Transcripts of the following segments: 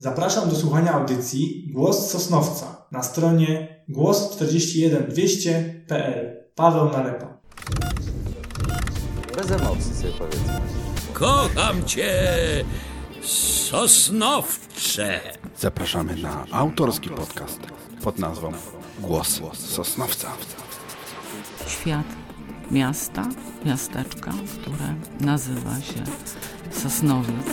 Zapraszam do słuchania audycji Głos Sosnowca na stronie głos41200.pl. Paweł Nalepa. Bez emocji sobie powiedzmy. Kocham Cię, Sosnowcze! Zapraszamy na autorski podcast pod nazwą Głos Sosnowca. Świat miasta, miasteczka, które nazywa się Sosnowiec.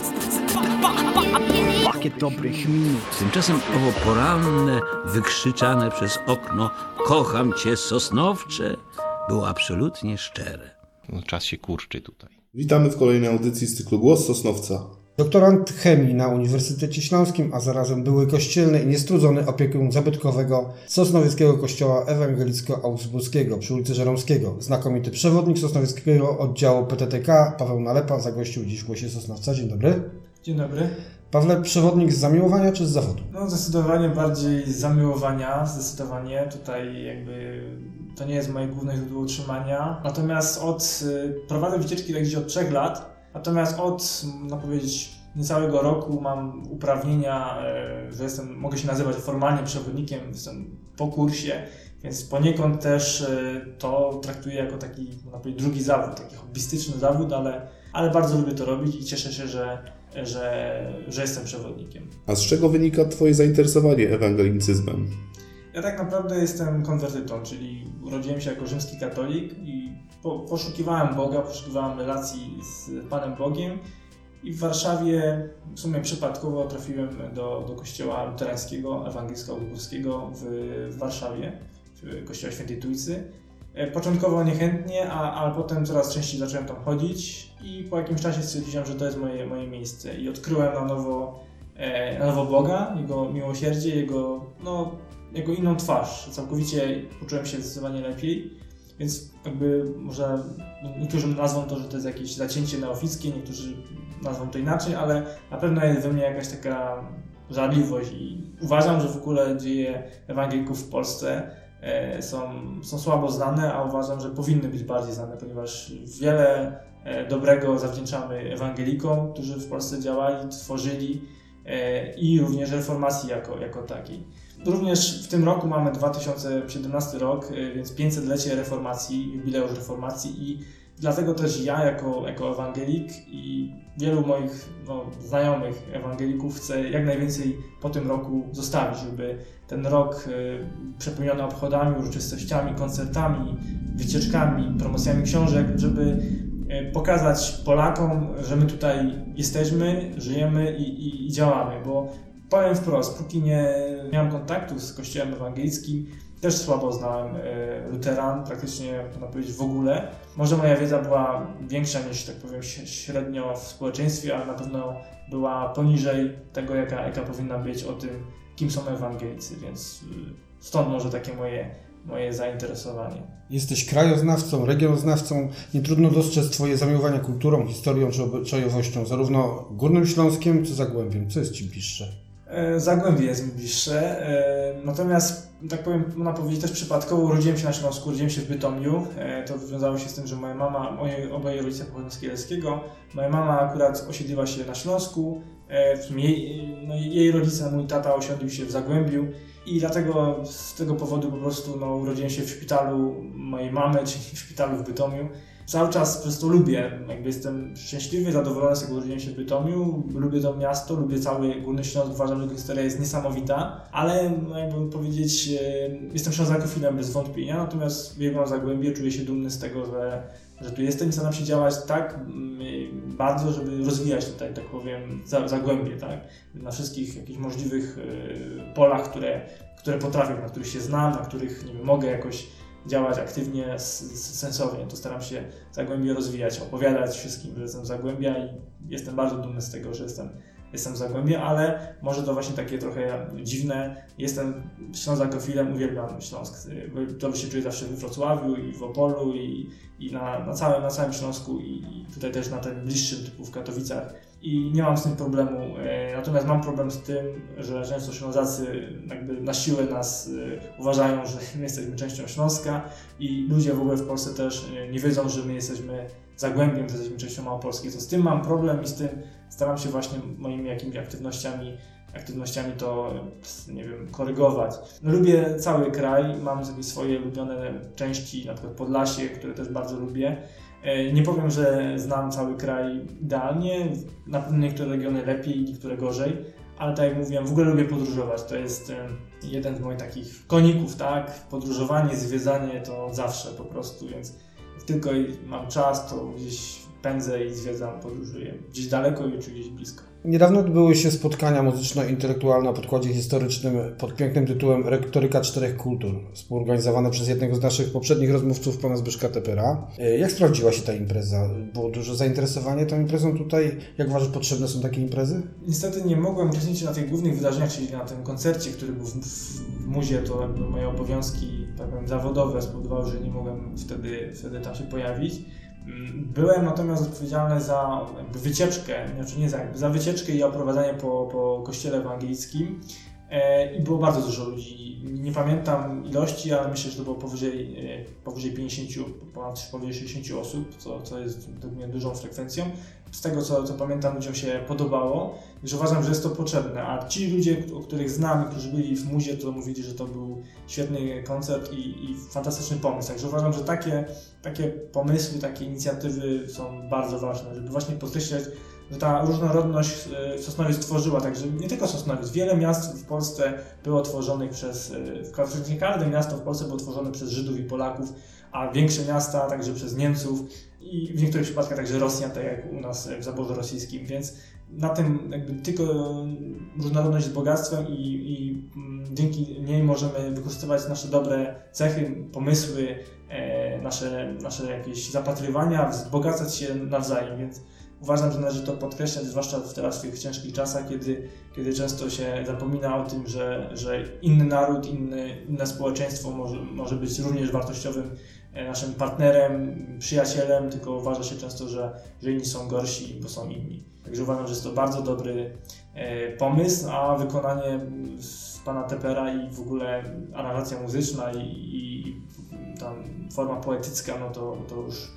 Pakiet dobrych minut. Tymczasem owo poranne, wykrzyczane przez okno kocham Cię, Sosnowcze było absolutnie szczere. No, czas się kurczy tutaj. Witamy w kolejnej audycji z cyklu Głos Sosnowca. Doktorant chemii na Uniwersytecie Śląskim, a zarazem były kościelny i niestrudzony opiekun zabytkowego Sosnowieckiego Kościoła Ewangelicko-Augsburskiego przy ulicy Żeromskiego. Znakomity przewodnik Sosnowieckiego oddziału PTTK Paweł Nalepa zagościł dziś w Głosie Sosnowca. Dzień dobry. Dzień dobry. Pawle, przewodnik z zamiłowania czy z zawodu? No zdecydowanie bardziej z zamiłowania, zdecydowanie. Tutaj jakby to nie jest moje główne źródło utrzymania. Natomiast prowadzę wycieczki tak gdzieś od 3 lat. Natomiast od, można powiedzieć, niecałego roku mam uprawnienia, że mogę się nazywać formalnie przewodnikiem, jestem po kursie, więc poniekąd też to traktuję jako taki, można powiedzieć, drugi zawód, taki hobbystyczny zawód, ale bardzo lubię to robić i cieszę się, że jestem przewodnikiem. A z czego wynika Twoje zainteresowanie ewangelicyzmem? Ja tak naprawdę jestem konwertytą, czyli urodziłem się jako rzymski katolik i poszukiwałem Boga, poszukiwałem relacji z Panem Bogiem i w Warszawie w sumie przypadkowo trafiłem do kościoła luterańskiego, ewangelicko-augsburskiego w Warszawie, w kościoła Świętej Trójcy. Początkowo niechętnie, ale potem coraz częściej zacząłem tam chodzić i po jakimś czasie stwierdziłem, że to jest moje miejsce i odkryłem na nowo Boga, Jego miłosierdzie, Jego inną twarz. Całkowicie poczułem się zdecydowanie lepiej, więc jakby może niektórzy nazwą to, że to jest jakieś zacięcie neofickie, niektórzy nazwą to inaczej, ale na pewno jest we mnie jakaś taka żarliwość i uważam, że w ogóle dzieje ewangelików w Polsce są słabo znane, a uważam, że powinny być bardziej znane, ponieważ wiele dobrego zawdzięczamy ewangelikom, którzy w Polsce działali, tworzyli i również reformacji jako takiej. Również w tym roku mamy 2017 rok, więc 500-lecie reformacji, jubileusz reformacji i dlatego też ja jako ewangelik i wielu moich znajomych ewangelików chcę jak najwięcej po tym roku zostawić, żeby ten rok przepełniony obchodami, uroczystościami, koncertami, wycieczkami, promocjami książek, żeby pokazać Polakom, że my tutaj jesteśmy, żyjemy i działamy, bo powiem wprost, póki nie miałem kontaktu z kościołem ewangelickim, też słabo znałem luteran, praktycznie można powiedzieć w ogóle. Może moja wiedza była większa niż, tak powiem, średnio w społeczeństwie, ale na pewno była poniżej tego, jaka powinna być o tym, kim są ewangelicy, więc stąd może takie moje zainteresowanie. Jesteś krajoznawcą, regionoznawcą. Nie trudno dostrzec Twoje zamiłowania kulturą, historią czy obyczajowością, zarówno Górnym Śląskiem, czy Zagłębiem. Co jest Ci bliższe? Zagłębie jest mi bliższe, natomiast, tak powiem, można powiedzieć też przypadkowo urodziłem się na Śląsku, urodziłem się w Bytomiu. To wiązało się z tym, że moja mama, oboje rodzice pochodzą z Kieleckiego. Moja mama akurat osiedliła się na Śląsku, jej rodzice, mój tata osiedlił się w Zagłębiu i dlatego z tego powodu po prostu urodziłem się w szpitalu mojej mamy, czyli w szpitalu w Bytomiu. Cały czas przez to lubię, jestem szczęśliwy, zadowolony z tego, że urodziłem się w Bytomiu, lubię to miasto, lubię cały Górny Śląsk, uważam, że jego historia jest niesamowita, ale jakby powiedzieć, jestem ślązakofilem bez wątpienia, natomiast uwielbiam Zagłębie, czuję się dumny z tego, że tu jestem i staram się działać tak bardzo, żeby rozwijać tutaj, tak powiem, Zagłębie, tak? Na wszystkich jakichś możliwych polach, które potrafię, na których się znam, na których mogę jakoś działać aktywnie, sensownie, to staram się Zagłębie rozwijać, opowiadać wszystkim, że jestem z Zagłębia i jestem bardzo dumny z tego, że jestem z Zagłębia, ale może to właśnie takie trochę dziwne. Jestem ślązakofilem, uwielbiam Śląsk. Dobrze się czuję zawsze we Wrocławiu i w Opolu i na całym Śląsku i tutaj też na tym bliższym typu w Katowicach. I nie mam z tym problemu, natomiast mam problem z tym, że często Ślązacy jakby na siłę nas uważają, że my jesteśmy częścią Śląska i ludzie w ogóle w Polsce też nie wiedzą, że my jesteśmy Zagłębiem, że jesteśmy częścią Małopolski. To z tym mam problem i z tym staram się właśnie moimi jakimiś aktywnościami aktywnościami to, nie wiem, korygować. No, lubię cały kraj, mam jakieś swoje ulubione części, na przykład Podlasie, które też bardzo lubię. Nie powiem, że znam cały kraj idealnie, na pewno niektóre regiony lepiej, niektóre gorzej, ale tak jak mówiłem, w ogóle lubię podróżować, to jest jeden z moich takich koników, tak? Podróżowanie, zwiedzanie to zawsze po prostu, więc jak tylko mam czas, to gdzieś pędzę i zwiedzam, podróżuję, gdzieś daleko i czy gdzieś blisko. Niedawno odbyły się spotkania muzyczno-intelektualne o podkładzie historycznym pod pięknym tytułem Retoryka czterech kultur, współorganizowane przez jednego z naszych poprzednich rozmówców, pana Zbyszka Tepera. Jak sprawdziła się ta impreza? Było duże zainteresowanie tą imprezą tutaj? Jak uważasz, potrzebne są takie imprezy? Niestety nie mogłem uczestniczyć na tych głównych wydarzeniach, czyli na tym koncercie, który był w muzie, to jakby moje obowiązki, tak powiem, zawodowe spowodowały, że nie mogłem wtedy tam się pojawić. Byłem natomiast odpowiedzialny za wycieczkę, za wycieczkę i oprowadzanie po kościele ewangelickim i było bardzo dużo ludzi. Nie pamiętam ilości, ale myślę, że to było powyżej 50, powyżej 60 osób, co jest według mnie dużą frekwencją. Z tego co pamiętam, ludziom się podobało, także uważam, że jest to potrzebne, a ci ludzie, o których znam, którzy byli w muzie, to mówili, że to był świetny koncert i fantastyczny pomysł, także uważam, że takie pomysły, takie inicjatywy są bardzo ważne, żeby właśnie podkreślać, że ta różnorodność Sosnowiec tworzyła, także nie tylko Sosnowiec, wiele miast w Polsce było tworzonych każde miasto w Polsce było tworzone przez Żydów i Polaków, a większe miasta także przez Niemców i w niektórych przypadkach także Rosjan, tak jak u nas w zaborze rosyjskim, więc na tym jakby tylko różnorodność jest bogactwem i dzięki niej możemy wykorzystywać nasze dobre cechy, pomysły, nasze jakieś zapatrywania, wzbogacać się nawzajem, więc uważam, że należy to podkreślać, zwłaszcza teraz w tych ciężkich czasach, kiedy często się zapomina o tym, że inny naród, inne społeczeństwo może być również wartościowym naszym partnerem, przyjacielem, tylko uważa się często, że inni są gorsi, bo są inni. Także uważam, że jest to bardzo dobry pomysł, a wykonanie pana Tepera i w ogóle aranżacja muzyczna i ta forma poetycka, no to już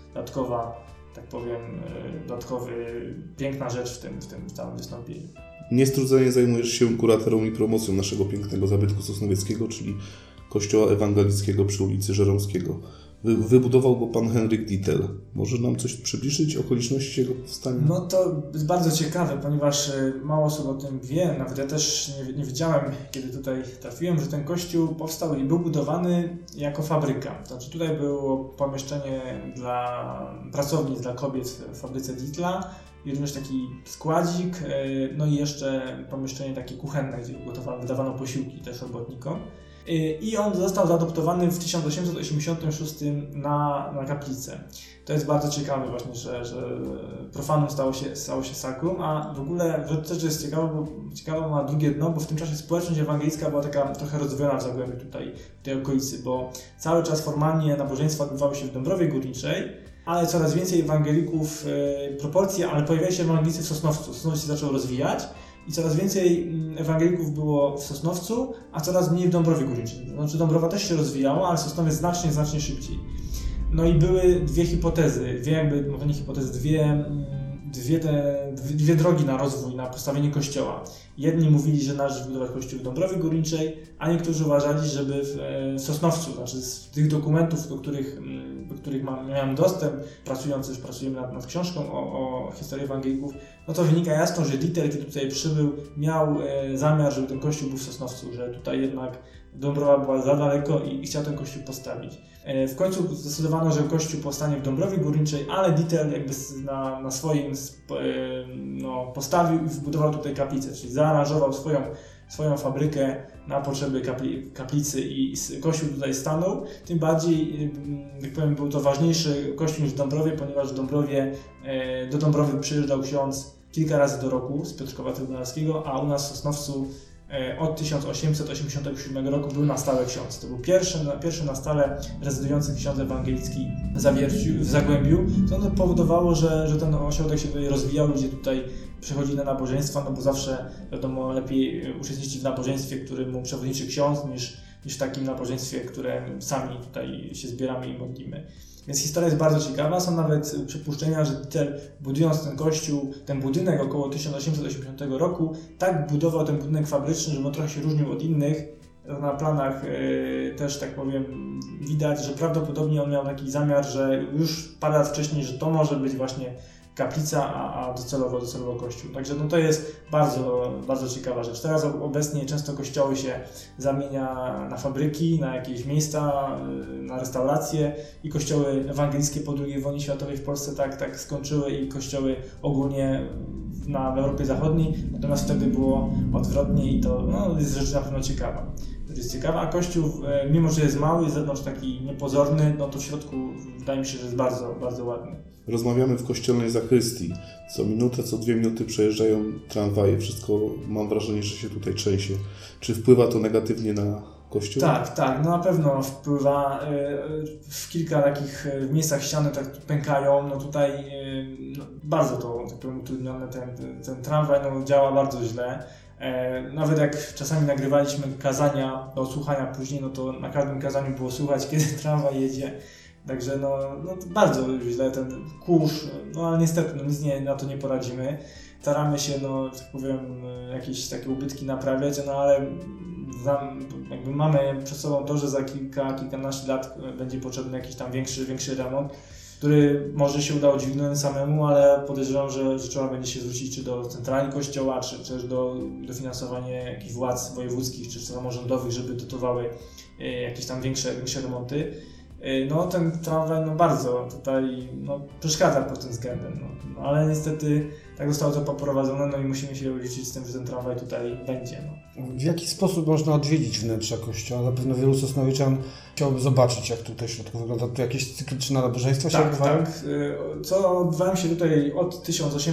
piękna rzecz w tym całym wystąpieniu. Niestrudzenie zajmujesz się kuratorą i promocją naszego pięknego zabytku sosnowieckiego, czyli Kościoła Ewangelickiego przy ulicy Żeromskiego. Wybudował go pan Henryk Dittel. Może nam coś przybliżyć, okoliczności jego powstania? No to jest bardzo ciekawe, ponieważ mało osób o tym wie. Nawet ja też nie wiedziałem, kiedy tutaj trafiłem, że ten kościół powstał i był budowany jako fabryka. To znaczy tutaj było pomieszczenie dla pracownic, dla kobiet w fabryce Dittla i również taki składzik, no i jeszcze pomieszczenie takie kuchenne, gdzie wydawano posiłki też robotnikom. I on został zaadoptowany w 1886 na kaplicę. To jest bardzo ciekawe właśnie, że profanum stało się sakrum, a w ogóle też jest ciekawe ma drugie dno, bo w tym czasie społeczność ewangelicka była taka trochę rozdwojona w Zagłębiu tutaj, w tej okolicy, bo cały czas formalnie nabożeństwa odbywały się w Dąbrowie Górniczej, ale coraz więcej ewangelików, ale pojawiali się ewangelicy w Sosnowcu. Sosnowiec się zaczął rozwijać i coraz więcej ewangelików było w Sosnowcu, a coraz mniej w Dąbrowie Górniczej. Znaczy Dąbrowa też się rozwijała, ale Sosnowiec znacznie szybciej. No i były dwie hipotezy, może nie hipotezy, dwie drogi na rozwój, na postawienie kościoła. Jedni mówili, że należy wybudować kościół w Dąbrowie Górniczej, a niektórzy uważali, żeby w Sosnowcu, znaczy z tych dokumentów, do których miałem dostęp, pracujemy nad książką o historii ewangelików, no to wynika jasno, że Dittel, kiedy tutaj przybył, miał zamiar, żeby ten kościół był w Sosnowcu, że tutaj jednak Dąbrowa była za daleko i chciał ten kościół postawić. W końcu zdecydowano, że kościół powstanie w Dąbrowie Górniczej, ale Dittel jakby na swoim postawił i wbudował tutaj kaplicę, czyli zaaranżował swoją fabrykę na potrzeby kaplicy i kościół tutaj stanął. Tym bardziej, jak powiem, był to ważniejszy kościół niż w Dąbrowie, ponieważ do Dąbrowy przyjeżdżał ksiądz kilka razy do roku z Piotrkowa Trybunalskiego, a u nas w Sosnowcu od 1887 roku był na stałe ksiądz. To był pierwszy na stale rezydujący ksiądz ewangelicki w Zagłębiu. To powodowało, że ten ośrodek się tutaj rozwijał, ludzie tutaj przychodzili na nabożeństwa, no bo zawsze wiadomo lepiej uczestniczyć w nabożeństwie, któremu przewodniczy ksiądz, niż w takim nabożeństwie, które sami tutaj się zbieramy i modlimy. Więc historia jest bardzo ciekawa. Są nawet przypuszczenia, że Dittel, budując ten kościół, ten budynek około 1880 roku, tak budował ten budynek fabryczny, żeby on trochę się różnił od innych. Na planach też, tak powiem, widać, że prawdopodobnie on miał taki zamiar, że już parę lat wcześniej, że to może być właśnie kaplica, a docelowo kościół. Także no to jest bardzo, bardzo ciekawa rzecz. Teraz obecnie często kościoły się zamienia na fabryki, na jakieś miejsca, na restauracje i kościoły ewangelickie po II wojnie światowej w Polsce tak skończyły i kościoły ogólnie w Europie Zachodniej, natomiast wtedy było odwrotnie i to jest rzecz na pewno ciekawa. A kościół, mimo że jest mały, jest z zewnątrz taki niepozorny, no to w środku wydaje mi się, że jest bardzo, bardzo ładny. Rozmawiamy w kościelnej zakrystii. Co minutę, co 2 minuty przejeżdżają tramwaje. Wszystko, mam wrażenie, że się tutaj trzęsie. Czy wpływa to negatywnie na kościół? Tak, no na pewno wpływa. W kilka takich miejscach ściany tak pękają. No tutaj bardzo to, tak powiem, utrudnione. Ten tramwaj działa bardzo źle. Nawet jak czasami nagrywaliśmy kazania do słuchania później, no to na każdym kazaniu było słuchać, kiedy tramwaj jedzie. Także no bardzo źle ten kurz, ale niestety nic na to nie poradzimy. Staramy się, tak powiem, jakieś takie ubytki naprawiać, ale jakby mamy przed sobą to, że za kilkanaście lat będzie potrzebny jakiś tam większy remont, który może się uda udźwignąć samemu, ale podejrzewam, że trzeba będzie się zwrócić czy do centrali kościoła, czy też do dofinansowania jakichś władz wojewódzkich czy samorządowych, żeby dotowały jakieś tam większe remonty. Ten tramwaj bardzo tutaj przeszkadza pod tym względem, ale niestety tak zostało to poprowadzone, i musimy się liczyć z tym, że ten tramwaj tutaj będzie. W jaki sposób można odwiedzić wnętrza kościoła? Na pewno wielu sosnowieczan chciałoby zobaczyć, jak tutaj w środku wygląda. Tu jakieś cykliczne nabożeństwa się odbywają? Tak. Co odbywałem się tutaj od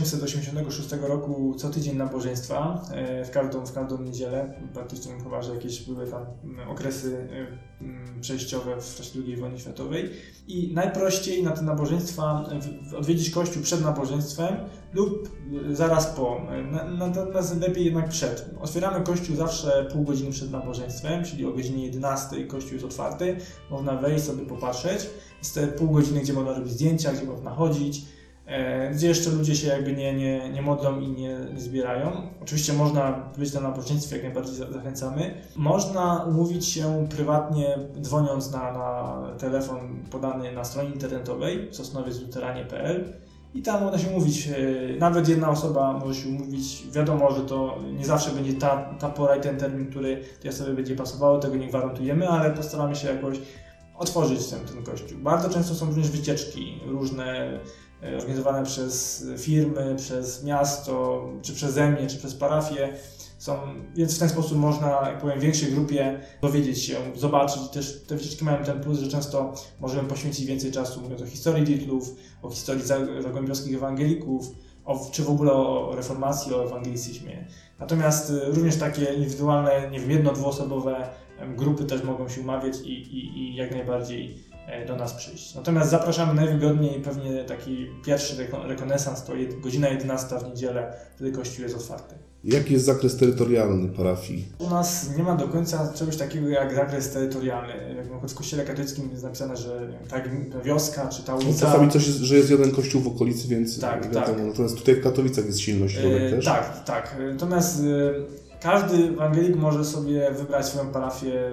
1886 roku co tydzień nabożeństwa, w każdą niedzielę. Praktycznie chyba, że jakieś były tam okresy przejściowe w czasie II wojny światowej. I najprościej na te nabożeństwa odwiedzić kościół przed nabożeństwem lub zaraz po. Natomiast lepiej jednak przed. Otwieramy kościół zawsze pół godziny przed nabożeństwem, czyli o godzinie 11 kościół jest otwarty. Można wejść sobie popatrzeć. Jest te pół godziny, gdzie można robić zdjęcia, gdzie można chodzić, gdzie jeszcze ludzie się jakby nie modlą i nie zbierają. Oczywiście można być na nabożeństwie, jak najbardziej zachęcamy. Można umówić się prywatnie, dzwoniąc na telefon podany na stronie internetowej sosnowiecluteranie.pl i tam można się umówić. Nawet jedna osoba może się umówić. Wiadomo, że to nie zawsze będzie ta pora i ten termin, który tej osobie będzie pasowało, tego nie gwarantujemy, ale postaramy się jakoś otworzyć ten kościół. Bardzo często są również wycieczki różne, organizowane przez firmy, przez miasto, czy przeze mnie, czy przez parafię. Więc w ten sposób można, jak powiem, w większej grupie dowiedzieć się, zobaczyć. Też te wycieczki mają ten plus, że często możemy poświęcić więcej czasu, mówiąc o historii Dittlów, o historii zagłębiowskich ewangelików, czy w ogóle o reformacji, o ewangelicyzmie. Natomiast również takie indywidualne, jedno-dwuosobowe grupy też mogą się umawiać i jak najbardziej do nas przyjść. Natomiast zapraszamy najwygodniej, pewnie taki pierwszy rekonesans to godzina 11 w niedzielę, wtedy kościół jest otwarty. Jaki jest zakres terytorialny parafii? U nas nie ma do końca czegoś takiego jak zakres terytorialny. Jak na przykład w kościele katolickim jest napisane, że ta wioska czy ta ulica... Czasami coś jest, że jest jeden kościół w okolicy, więc tak. Natomiast tutaj w Katowicach jest silny środek też? Tak. Natomiast każdy ewangelik może sobie wybrać swoją parafię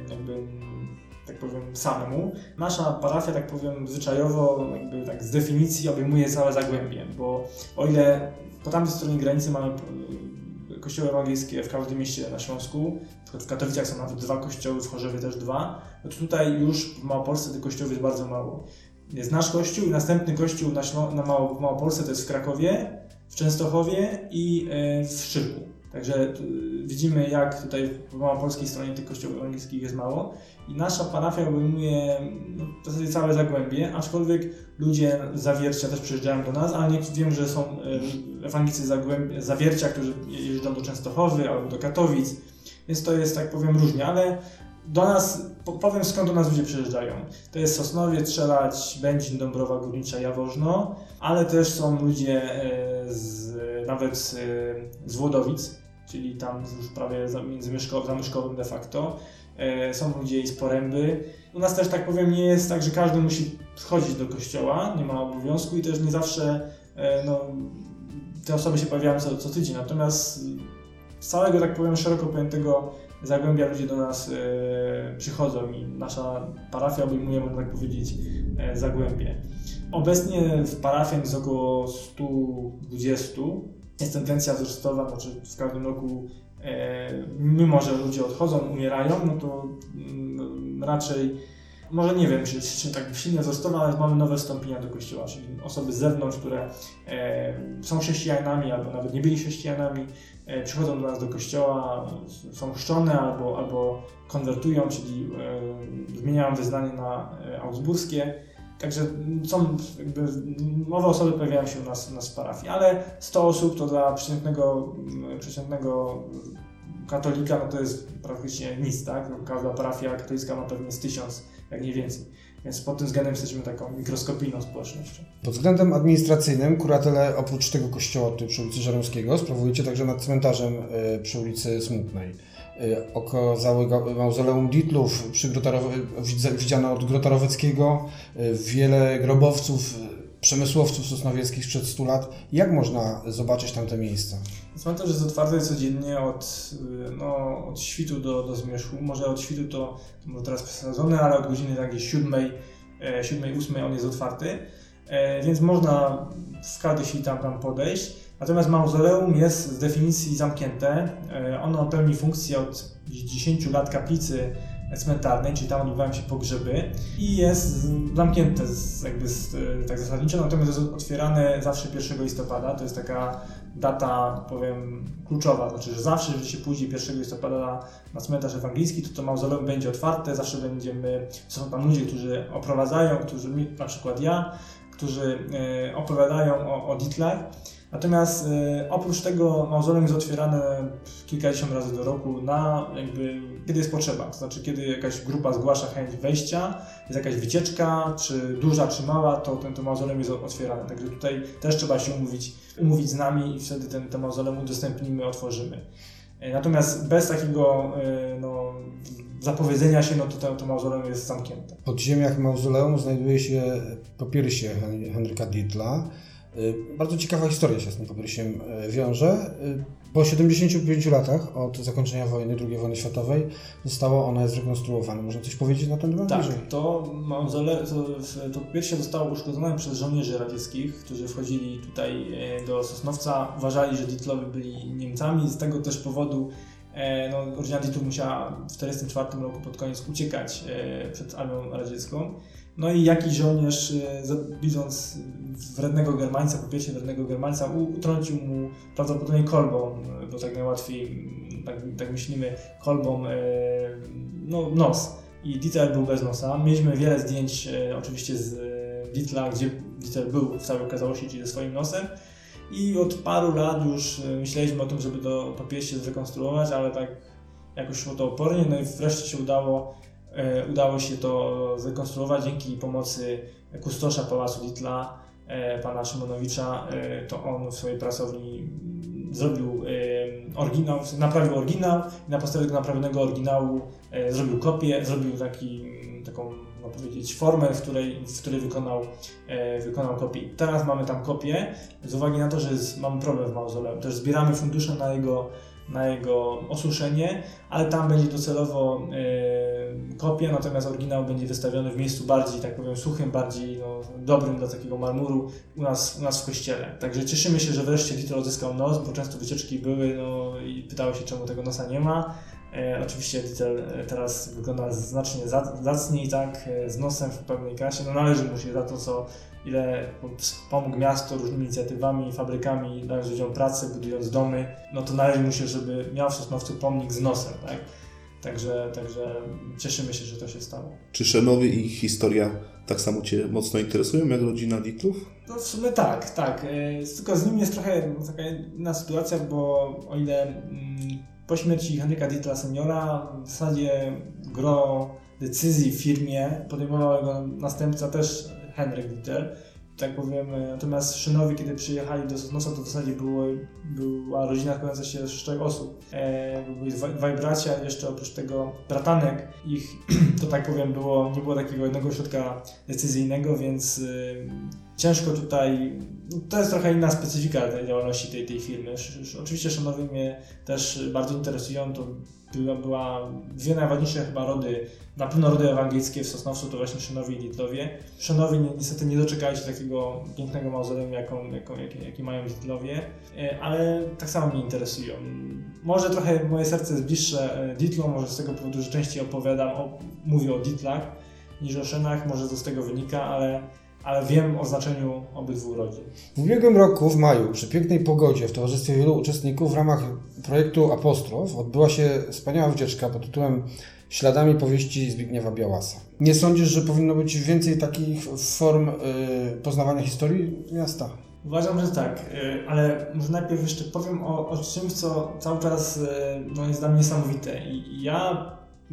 tak powiem, samemu. Nasza parafia, tak powiem, zwyczajowo, tak z definicji obejmuje całe Zagłębie, bo o ile po tamtej stronie granicy mamy kościoły ewangelskie w każdym mieście na Śląsku, w Katowicach są nawet 2 kościoły, w Chorzowie też 2, no to tutaj już w Małopolsce tych kościołów jest bardzo mało. Jest nasz kościół i następny kościół w Małopolsce to jest w Krakowie, w Częstochowie i w Szczyrku. Także widzimy, jak tutaj po małopolskiej stronie tych kościołów ewangelskich jest mało i nasza parafia obejmuje w zasadzie całe Zagłębie, aczkolwiek ludzie z Zawiercia też przyjeżdżają do nas, ale wiem, że są ewangelicy z Zawiercia, którzy jeżdżą do Częstochowy albo do Katowic, więc to jest, tak powiem, różnie, ale do nas, powiem skąd do nas ludzie przyjeżdżają. To jest Sosnowiec, Strzelać, Będzin, Dąbrowa Górnicza, Jaworzno, ale też są ludzie nawet z Włodowic, czyli tam już prawie zamyszkowym de facto. Są ludzie i z poręby. U nas też, tak powiem, nie jest tak, że każdy musi chodzić do kościoła, nie ma obowiązku i też nie zawsze te osoby się pojawiają co tydzień. Natomiast z całego, tak powiem, szeroko pojętego Zagłębia ludzie do nas przychodzą i nasza parafia obejmuje, można tak powiedzieć, Zagłębie. Obecnie w parafiach jest około 120. Jest tendencja wzrostowa, znaczy w każdym roku, mimo że ludzie odchodzą, umierają, no to raczej, może nie wiem, czy tak silnie wzrostowa, ale mamy nowe wstąpienia do kościoła, czyli osoby z zewnątrz, które są chrześcijanami albo nawet nie byli chrześcijanami, przychodzą do nas do kościoła, są chrzczone albo konwertują, czyli zmieniają wyznanie na augsburskie. Także są nowe osoby pojawiają się u nas w parafii, ale 100 osób to dla przeciętnego katolika no to jest praktycznie nic, tak? Każda parafia katolicka ma pewnie z 1000, jak nie więcej. Więc pod tym względem jesteśmy taką mikroskopijną społecznością. Pod względem administracyjnym kuratele oprócz tego kościoła tutaj przy ulicy Żeromskiego sprawujecie także nad cmentarzem przy ulicy Smutnej. Okazały mauzoleum Ditlów widziano od Grota-Roweckiego, wiele grobowców, przemysłowców sosnowieckich sprzed 100 lat. Jak można zobaczyć tamte miejsca? Cmentarz jest otwarty codziennie od świtu do zmierzchu. Może od świtu to teraz przesadzone, ale od godziny takiej 7-8 on jest otwarty. Więc można w każdej chwili tam podejść. Natomiast mauzoleum jest z definicji zamknięte. Ono pełni funkcję od 10 lat kaplicy cmentarnej, czyli tam odbywają się pogrzeby i jest zamknięte tak zasadniczo, natomiast jest otwierane zawsze 1 listopada. To jest taka data, powiem, kluczowa, znaczy, że zawsze, jeżeli się pójdzie 1 listopada na cmentarz ewangelicki, to mauzoleum będzie otwarte, zawsze są tam ludzie, którzy oprowadzają, na przykład ja, którzy opowiadają o Ditlach. Natomiast oprócz tego mauzoleum jest otwierane kilkadziesiąt razy do roku kiedy jest potrzeba, to znaczy kiedy jakaś grupa zgłasza chęć wejścia, jest jakaś wycieczka, czy duża, czy mała, to mauzoleum jest otwierane. Także tutaj też trzeba się umówić z nami i wtedy ten mauzoleum udostępnimy, otworzymy. Natomiast bez takiego zapowiedzenia się, to mauzoleum jest zamknięte. W podziemiach mauzoleum znajduje się popiersie Henryka Dietla. Bardzo ciekawa historia się z tym popiersiem wiąże. Po 75 latach od zakończenia wojny, II wojny światowej, zostało ono zrekonstruowane. Można coś powiedzieć na ten temat? Tak, to popiersie zostało uszkodzone przez żołnierzy radzieckich, którzy wchodzili tutaj do Sosnowca. Uważali, że Dietlowie byli Niemcami. Z tego też powodu rodzina Ditlów musiała w 1944 roku pod koniec uciekać przed armią radziecką. No i jakiś żołnierz, widząc wrednego Germańca, popiersie wrednego Germańca, utrącił mu prawdopodobnie kolbą, bo tak najłatwiej, tak myślimy, kolbą nos. I Dietl był bez nosa. Mieliśmy wiele zdjęć oczywiście z Dietla, gdzie Dietl był w całej okazałości, czyli ze swoim nosem. I od paru lat już myśleliśmy o tym, żeby to popiersie zrekonstruować, ale tak jakoś szło to opornie, no i wreszcie się udało się to zrekonstruować dzięki pomocy kustosza Pałacu Dietla, pana Szymonowicza. To on w swojej pracowni zrobił naprawił oryginał i na podstawie tego naprawionego oryginału zrobił kopię, zrobił taką, można powiedzieć, formę, w której wykonał kopię. Teraz mamy tam kopię, z uwagi na to, że mamy problem w mauzoleum. Też zbieramy fundusze na jego osuszenie, ale tam będzie docelowo kopia, natomiast oryginał będzie wystawiony w miejscu bardziej, tak powiem, suchym, bardziej dobrym dla takiego marmuru u nas w kościele. Także cieszymy się, że wreszcie Dietl odzyskał nos, bo często wycieczki były i pytały się, czemu tego nosa nie ma. Oczywiście Dietl teraz wygląda znacznie zacniej, tak, z nosem w pełnej krasie. Należy mu się za to, ile pomógł miasto różnymi inicjatywami, fabrykami, dając ludziom pracę, budując domy. To należy mu się, żeby miał w Sosnowcu pomnik z nosem, tak? Także cieszymy się, że to się stało. Czy Szenowie i ich historia tak samo Cię mocno interesują jak rodzina Ditlów? W sumie tak. Tylko z nim jest trochę taka inna sytuacja, bo o ile po śmierci Henryka Dietla seniora w zasadzie gro decyzji w firmie podejmował jego następca też Henryk Dietl tak powiem, natomiast Szynowi, kiedy przyjechali do Sosnowca, to w zasadzie była rodzina składająca się z 4 osób. Byli dwaj bracia, jeszcze oprócz tego bratanek. Ich, to tak powiem, nie było takiego jednego ośrodka decyzyjnego, więc ciężko tutaj, to jest trochę inna specyfika tej działalności tej firmy. Oczywiście Szynowie mnie też bardzo interesują, to była dwie najważniejsze chyba rody, na pewno rody ewangelickie w Sosnowcu to właśnie Szynowie i Dietlowie. Szynowie niestety nie doczekali się takiego pięknego mauzoleum, jaki mają Dietlowie, ale tak samo mnie interesują. Może trochę moje serce jest bliższe Dietlom, może z tego powodu, że częściej mówię o Dietlach niż o Szynach, może to z tego wynika, ale wiem o znaczeniu obydwu rodzin. W ubiegłym roku, w maju, przy pięknej pogodzie, w towarzystwie wielu uczestników w ramach projektu Apostrof odbyła się wspaniała wycieczka pod tytułem Śladami powieści Zbigniewa Białasa. Nie sądzisz, że powinno być więcej takich form poznawania historii miasta? Uważam, że tak, ale może najpierw jeszcze powiem o czymś, co cały czas jest dla mnie niesamowite. I ja,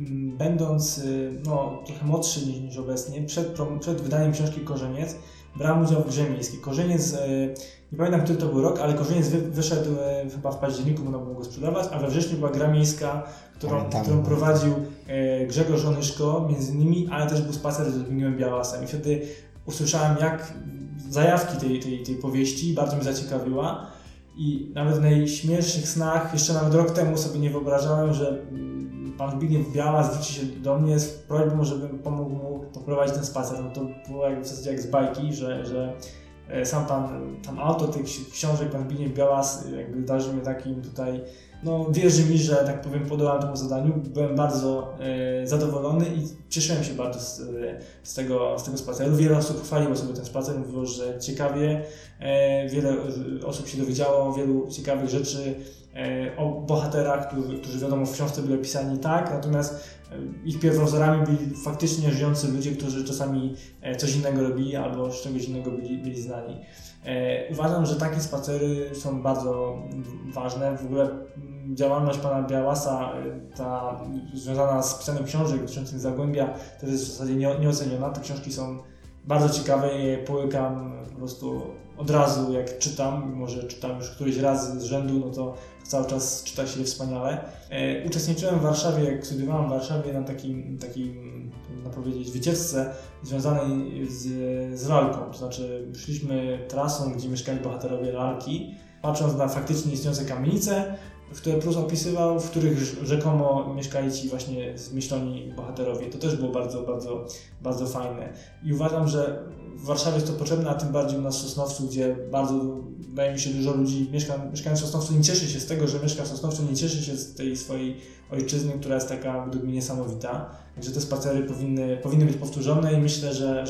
będąc trochę młodszy niż obecnie, przed wydaniem książki Korzeniec, brałem udział w grze miejskiej. Korzeniec, nie pamiętam, który to był rok, ale Korzeniec wyszedł chyba w październiku, można było go sprzedawać, a we wrześniu była gra miejska, którą prowadził Grzegorz Onyszko między innymi, ale też był spacer z Zbigniewem Białasem. I wtedy usłyszałem, jak zajawki tej powieści bardzo mnie zaciekawiła i nawet w najśmielszych snach, jeszcze nawet rok temu sobie nie wyobrażałem, że pan Zbigniew Białas zwróci się do mnie z prośbą, żebym pomógł mu poprowadzić ten spacer. No to było w zasadzie jak z bajki, że sam pan autor tych książek, pan Zbigniew Białas, jakby darzył mnie takim tutaj, wierzy mi, że tak powiem, podołałem temu zadaniu. Byłem bardzo zadowolony i cieszyłem się bardzo z tego spaceru. Wiele osób chwaliło sobie ten spacer, mówiło, że ciekawie, wiele osób się dowiedziało o wielu ciekawych rzeczy, o bohaterach, którzy wiadomo w książce byli opisani tak, natomiast ich pierwowzorami byli faktycznie żyjący ludzie, którzy czasami coś innego robili albo z czegoś innego byli znani. Uważam, że takie spacery są bardzo ważne. W ogóle działalność pana Białasa, ta związana z pisaniem książek dotyczących Zagłębia, to jest w zasadzie nieoceniona. Te książki są bardzo ciekawe, je połykam po prostu od razu jak czytam, mimo że czytam już któryś raz z rzędu, no to cały czas czyta się je wspaniale. Uczestniczyłem w Warszawie, jak studiowałem w Warszawie na takim można powiedzieć, wycieczce związanej z lalką. To znaczy szliśmy trasą, gdzie mieszkali bohaterowie lalki, patrząc na faktycznie istniejące kamienice, które Prus opisywał, w których rzekomo mieszkali ci właśnie zmyśloni bohaterowie. To też było bardzo, bardzo, bardzo fajne. I uważam, że w Warszawie jest to potrzebne, a tym bardziej u nas w Sosnowcu, gdzie bardzo, wydaje mi się, dużo ludzi mieszkając w Sosnowcu nie cieszy się z tego, że mieszka w Sosnowcu, nie cieszy się z tej swojej ojczyzny, która jest taka według mnie niesamowita. Także te spacery powinny być powtórzone i myślę, że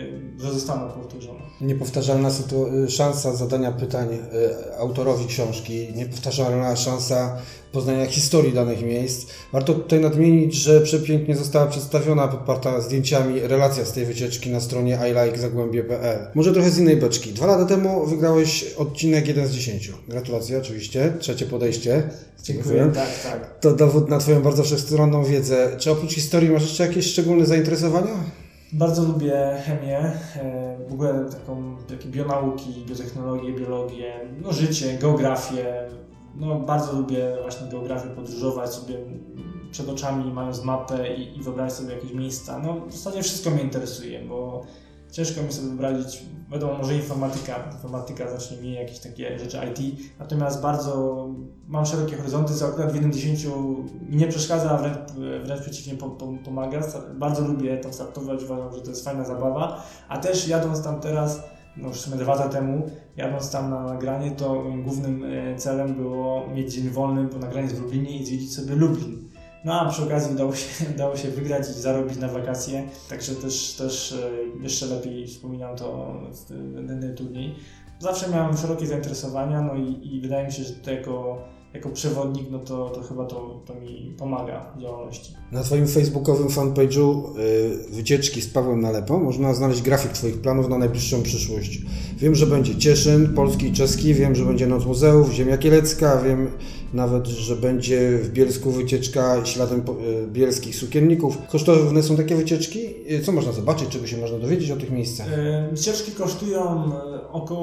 zostaną powtórzone. Niepowtarzalna szansa zadania pytań autorowi książki, niepowtarzalna szansa poznania historii danych miejsc. Warto tutaj nadmienić, że przepięknie została przedstawiona, podparta zdjęciami, relacja z tej wycieczki na stronie ilikeZagłębie.pl. Może trochę z innej beczki. 2 lata temu wygrałeś odcinek 1 z 10. Gratulacje oczywiście, 3. podejście. Dziękuję, tak. To dowód na Twoją bardzo wszechstronną wiedzę. Czy oprócz historii masz jeszcze jakieś szczególne zainteresowania? Bardzo lubię chemię, w ogóle takie bionauki, biotechnologię, biologię, życie, geografię. Bardzo lubię właśnie geografię, podróżować sobie przed oczami, mając mapę i wyobrazić sobie jakieś miejsca. W zasadzie wszystko mnie interesuje, bo ciężko mi sobie wyobrazić, wiadomo, może informatyka znacznie mniej, jakieś takie rzeczy IT, natomiast bardzo mam szerokie horyzonty, co akurat w 1.10 mi nie przeszkadza, a wręcz przeciwnie pomaga. Bardzo lubię tam startować, uważam, że to jest fajna zabawa, a też jadąc tam teraz, już w sumie 2 lata temu, jadąc tam na nagranie, to moim głównym celem było mieć dzień wolny, bo nagranie jest w Lublinie i zwiedzić sobie Lublin. A przy okazji udało się wygrać i zarobić na wakacje, także też jeszcze lepiej wspominam ten turniej. Zawsze miałem szerokie zainteresowania, i wydaje mi się, że to jako jako przewodnik, no to chyba to mi pomaga w działalności. Na Twoim facebookowym fanpage'u wycieczki z Pawłem Nalepą można znaleźć grafik Twoich planów na najbliższą przyszłość. Wiem, że będzie Cieszyn, polski i czeski, wiem, że będzie Noc Muzeów, Ziemia Kielecka, wiem nawet, że będzie w Bielsku wycieczka śladem bielskich sukienników. Kosztowne są takie wycieczki? Co można zobaczyć, czego się można dowiedzieć o tych miejscach? Wycieczki kosztują około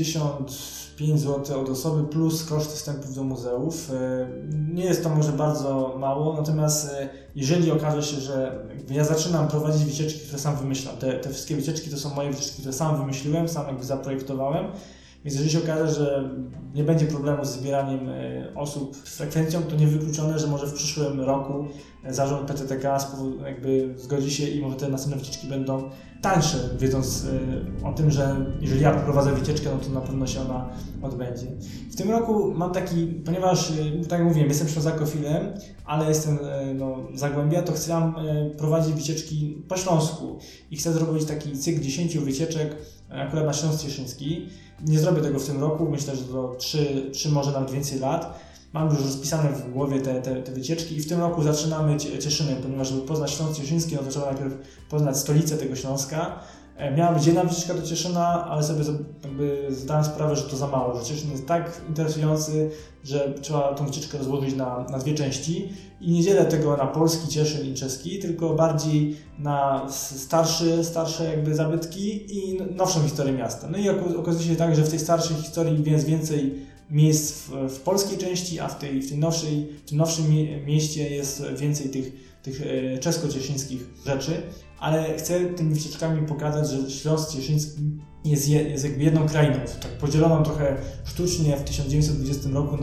55 zł od osoby plus koszt wstępów do muzeów. Nie jest to może bardzo mało, natomiast jeżeli okaże się, że ja zaczynam prowadzić wycieczki, które sam wymyślam, te wszystkie wycieczki to są moje wycieczki, które sam wymyśliłem, sam jakby zaprojektowałem, więc jeżeli się okaże, że nie będzie problemu z zbieraniem osób z frekwencją, to niewykluczone, że może w przyszłym roku zarząd PTTK jakby zgodzi się i może te następne wycieczki będą tańsze, wiedząc o tym, że jeżeli ja prowadzę wycieczkę, no to na pewno się ona odbędzie. W tym roku mam taki, ponieważ tak jak mówiłem, jestem ślązakofilem, ale jestem z Zagłębia, to chcę prowadzić wycieczki po Śląsku i chcę zrobić taki cykl 10 wycieczek akurat na Śląsk Cieszyński. Nie zrobię tego w tym roku, myślę, że to 3 może nawet więcej lat. Mam już rozpisane w głowie te wycieczki i w tym roku zaczynamy Cieszynem, ponieważ żeby poznać Śląsk Cieszyński, no to trzeba najpierw poznać stolicę tego Śląska. Miała być jedna wycieczka do Cieszyna, ale sobie jakby zdałem sprawę, że to za mało, że Cieszyn jest tak interesujący, że trzeba tą wycieczkę rozłożyć na 2 części i nie dzielę tego na polski Cieszyn i czeski, tylko bardziej na starsze jakby zabytki i nowszą historię miasta. No i okazuje się tak, że w tej starszej historii jest więcej miejsc w polskiej części, a w tym nowszym mieście jest więcej tych czesko-cieszyńskich rzeczy, ale chcę tymi wycieczkami pokazać, że Śląsk Cieszyński jest jakby jedną krainą, tak podzieloną trochę sztucznie w 1920 roku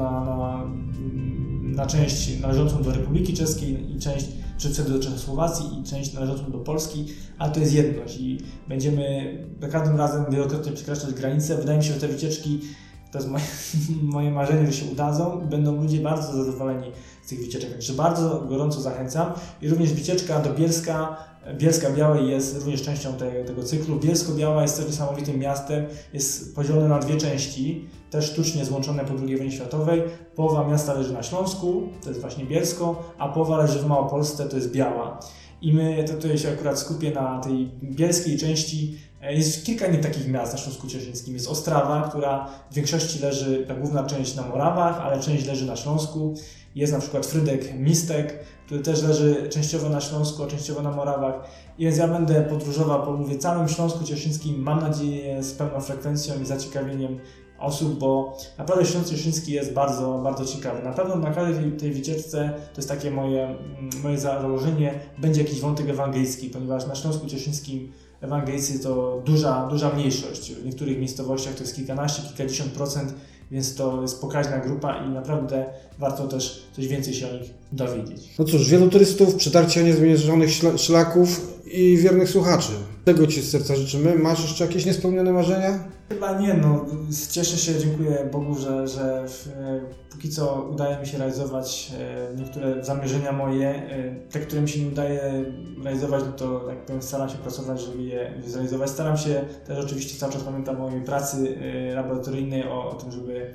na część należącą do Republiki Czeskiej i część do Czechosłowacji i część należącą do Polski, ale to jest jedność i będziemy za każdym razem wielokrotnie przekraczać granice. Wydaje mi się, że te wycieczki to jest moje marzenie, że się udadzą. Będą ludzie bardzo zadowoleni z tych wycieczek. Także bardzo gorąco zachęcam. I również wycieczka do Bielska-Białej jest również częścią tego cyklu. Bielsko-Biała jest też niesamowitym miastem. Jest podzielone na 2 części, też sztucznie złączone po II wojnie światowej. Połowa miasta leży na Śląsku, to jest właśnie Bielsko, a połowa leży w Małopolsce, to jest Biała. I my tutaj się akurat skupię na tej bielskiej części. Jest kilka nie takich miast na Śląsku Cieszyńskim. Jest Ostrawa, która w większości leży, ta główna część na Morawach, ale część leży na Śląsku. Jest na przykład Frydek-Mistek, który też leży częściowo na Śląsku, a częściowo na Morawach. I więc ja będę podróżował po całym Śląsku Cieszyńskim, mam nadzieję z pełną frekwencją i zaciekawieniem osób, bo naprawdę Śląsk Cieszyński jest bardzo, bardzo ciekawy. Na pewno na każdej tej wycieczce, to jest takie moje założenie, będzie jakiś wątek ewangelicki, ponieważ na Śląsku Cieszyńskim ewangelicy to duża mniejszość. W niektórych miejscowościach to jest kilkadziesiąt procent, więc to jest pokaźna grupa i naprawdę warto też coś więcej się o nich dowiedzieć. No cóż, wielu turystów, przetarcia niezmierzonych szlaków i wiernych słuchaczy. Tego Ci z serca życzymy. Masz jeszcze jakieś niespełnione marzenia? Chyba nie, cieszę się, dziękuję Bogu, że póki co udaje mi się realizować niektóre zamierzenia moje. Te, które mi się nie udaje realizować, no to jak powiem, staram się pracować, żeby je zrealizować. Staram się też oczywiście cały czas pamiętam o mojej pracy laboratoryjnej, o tym, żeby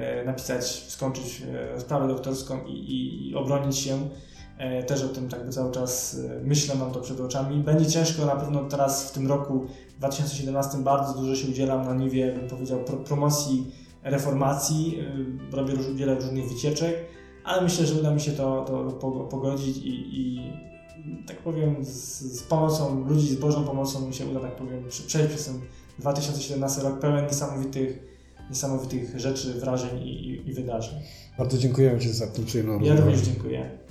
skończyć sprawę doktorską i obronić się. Też o tym tak cały czas myślę, mam to przed oczami. Będzie ciężko na pewno teraz w tym roku 2017 bardzo dużo się udzielam na niwie, bym powiedział, promocji reformacji. Robię wiele różnych wycieczek, ale myślę, że uda mi się to pogodzić i tak powiem z pomocą ludzi, z Bożą pomocą mi się uda, tak powiem, przejść przez ten 2017 rok pełen niesamowitych rzeczy, wrażeń i wydarzeń. Bardzo dziękujemy Ci za tę przyjemną rozmowę. Ja również dziękuję.